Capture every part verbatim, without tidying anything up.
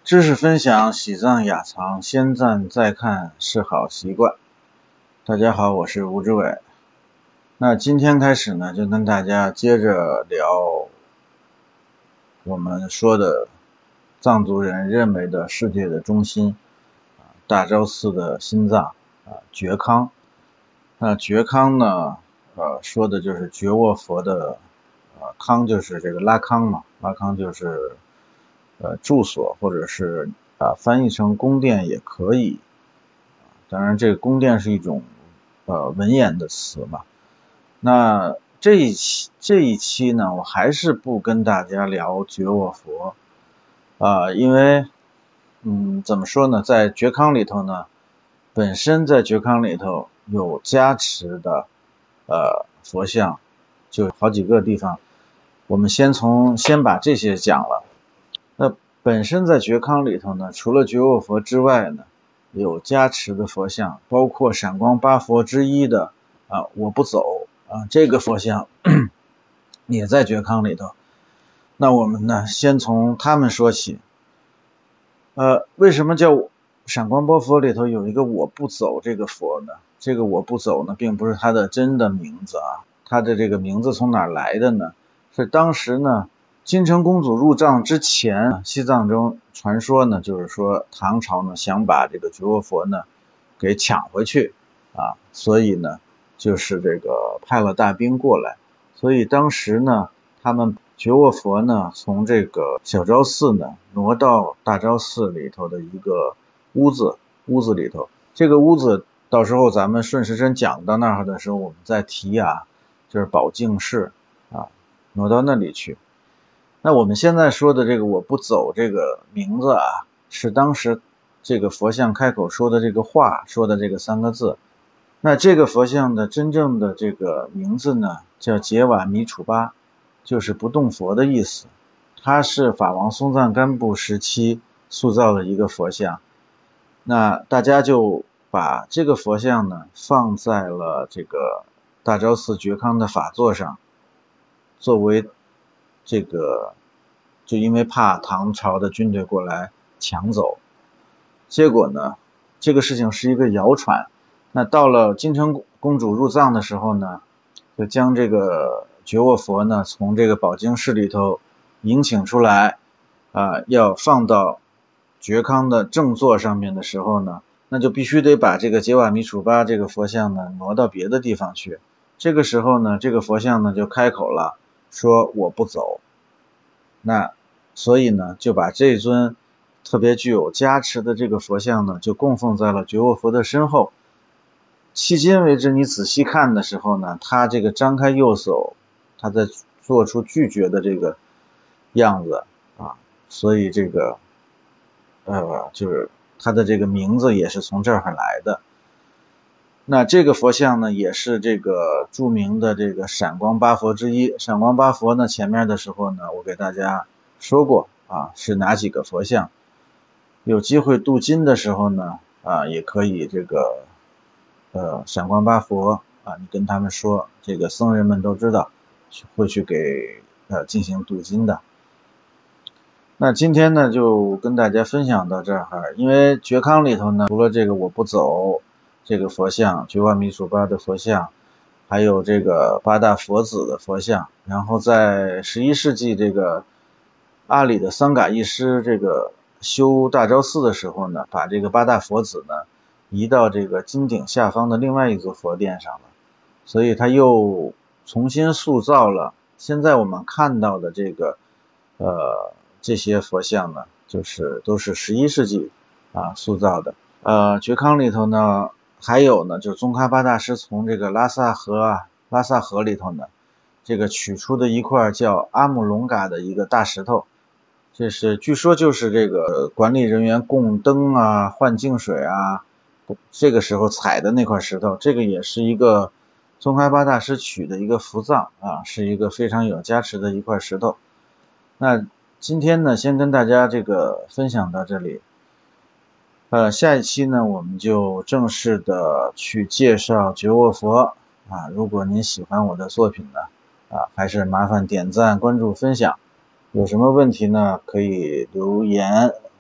知识分享，喜藏雅藏，先赞再看是好习惯。大家好，我是吴志伟。那今天开始呢，就跟大家接着聊我们说的藏族人认为的世界的中心，大昭寺的心脏啊，觉康。那觉康呢，呃，说的就是觉卧佛的，呃，康就是这个拉康嘛，拉康就是呃住所，或者是啊翻译成宫殿也可以。当然，这个宫殿是一种呃文言的词嘛。那这一期这一期呢，我还是不跟大家聊觉卧佛啊、呃，因为嗯怎么说呢，在觉康里头呢，本身在觉康里头有加持的呃佛像，就好几个地方。我们先从先把这些讲了。那本身在觉康里头呢，除了觉卧佛之外呢，有加持的佛像，包括闪光八佛之一的啊我不走啊这个佛像也在觉康里头。那我们呢，先从他们说起。呃，为什么叫闪光八佛里头有一个我不走这个佛呢？这个我不走呢，并不是他的真的名字啊，他的这个名字从哪儿来的呢？是当时呢，金城公主入藏之前，西藏中传说呢，就是说唐朝呢想把这个觉卧佛呢给抢回去啊，所以呢就是这个派了大兵过来，所以当时呢他们觉卧佛呢从这个小昭寺呢挪到大昭寺里头的一个屋子，屋子里头，这个屋子到时候咱们顺时针讲到那儿的时候我们再提啊，就是宝镜室啊，挪到那里去。那我们现在说的这个我不走这个名字啊，是当时这个佛像开口说的这个话，说的这个三个字。那这个佛像的真正的这个名字呢，叫杰瓦米楚巴，就是不动佛的意思。它是法王松赞干布时期塑造的一个佛像。那大家就把这个佛像呢放在了这个大昭寺觉康的法座上，作为这个就因为怕唐朝的军队过来抢走，结果呢这个事情是一个谣传。那到了金城公主入藏的时候呢，就将这个觉卧佛呢从这个宝镜室里头迎请出来啊，要放到觉康的正座上面的时候呢，那就必须得把这个杰瓦米楚巴这个佛像呢挪到别的地方去。这个时候呢，这个佛像呢就开口了，说我不走。那所以呢就把这尊特别具有加持的这个佛像呢就供奉在了觉卧佛的身后。迄今为止你仔细看的时候呢，他这个张开右手，他在做出拒绝的这个样子啊，所以这个呃就是他的这个名字也是从这儿来的。那这个佛像呢也是这个著名的这个闪光八佛之一。闪光八佛呢前面的时候呢我给大家说过啊是哪几个佛像，有机会镀金的时候呢啊也可以这个呃闪光八佛啊你跟他们说，这个僧人们都知道会去给呃进行镀金的。那今天呢就跟大家分享到这儿。因为觉康里头呢除了这个我不走这个佛像，觉瓦米楚巴的佛像，还有这个八大佛子的佛像，然后在十一世纪这个阿里的桑嘎义师这个修大昭寺的时候呢，把这个八大佛子呢移到这个金顶下方的另外一座佛殿上了，所以他又重新塑造了现在我们看到的这个呃这些佛像呢，就是都是十一世纪啊塑造的。呃觉康里头呢还有呢，就是宗喀巴大师从这个拉萨河啊，拉萨河里头呢，这个取出的一块叫阿姆隆嘎的一个大石头，这是据说就是这个管理人员供灯啊、换净水啊，这个时候采的那块石头，这个也是一个宗喀巴大师取的一个福藏啊，是一个非常有加持的一块石头。那今天呢，先跟大家这个分享到这里。呃，下一期呢，我们就正式的去介绍觉卧佛啊。如果您喜欢我的作品呢，啊，还是麻烦点赞、关注、分享。有什么问题呢，可以留言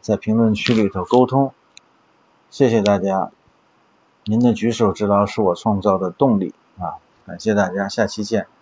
在评论区里头沟通。谢谢大家，您的举手之劳是我创造的动力啊！感谢大家，下期见。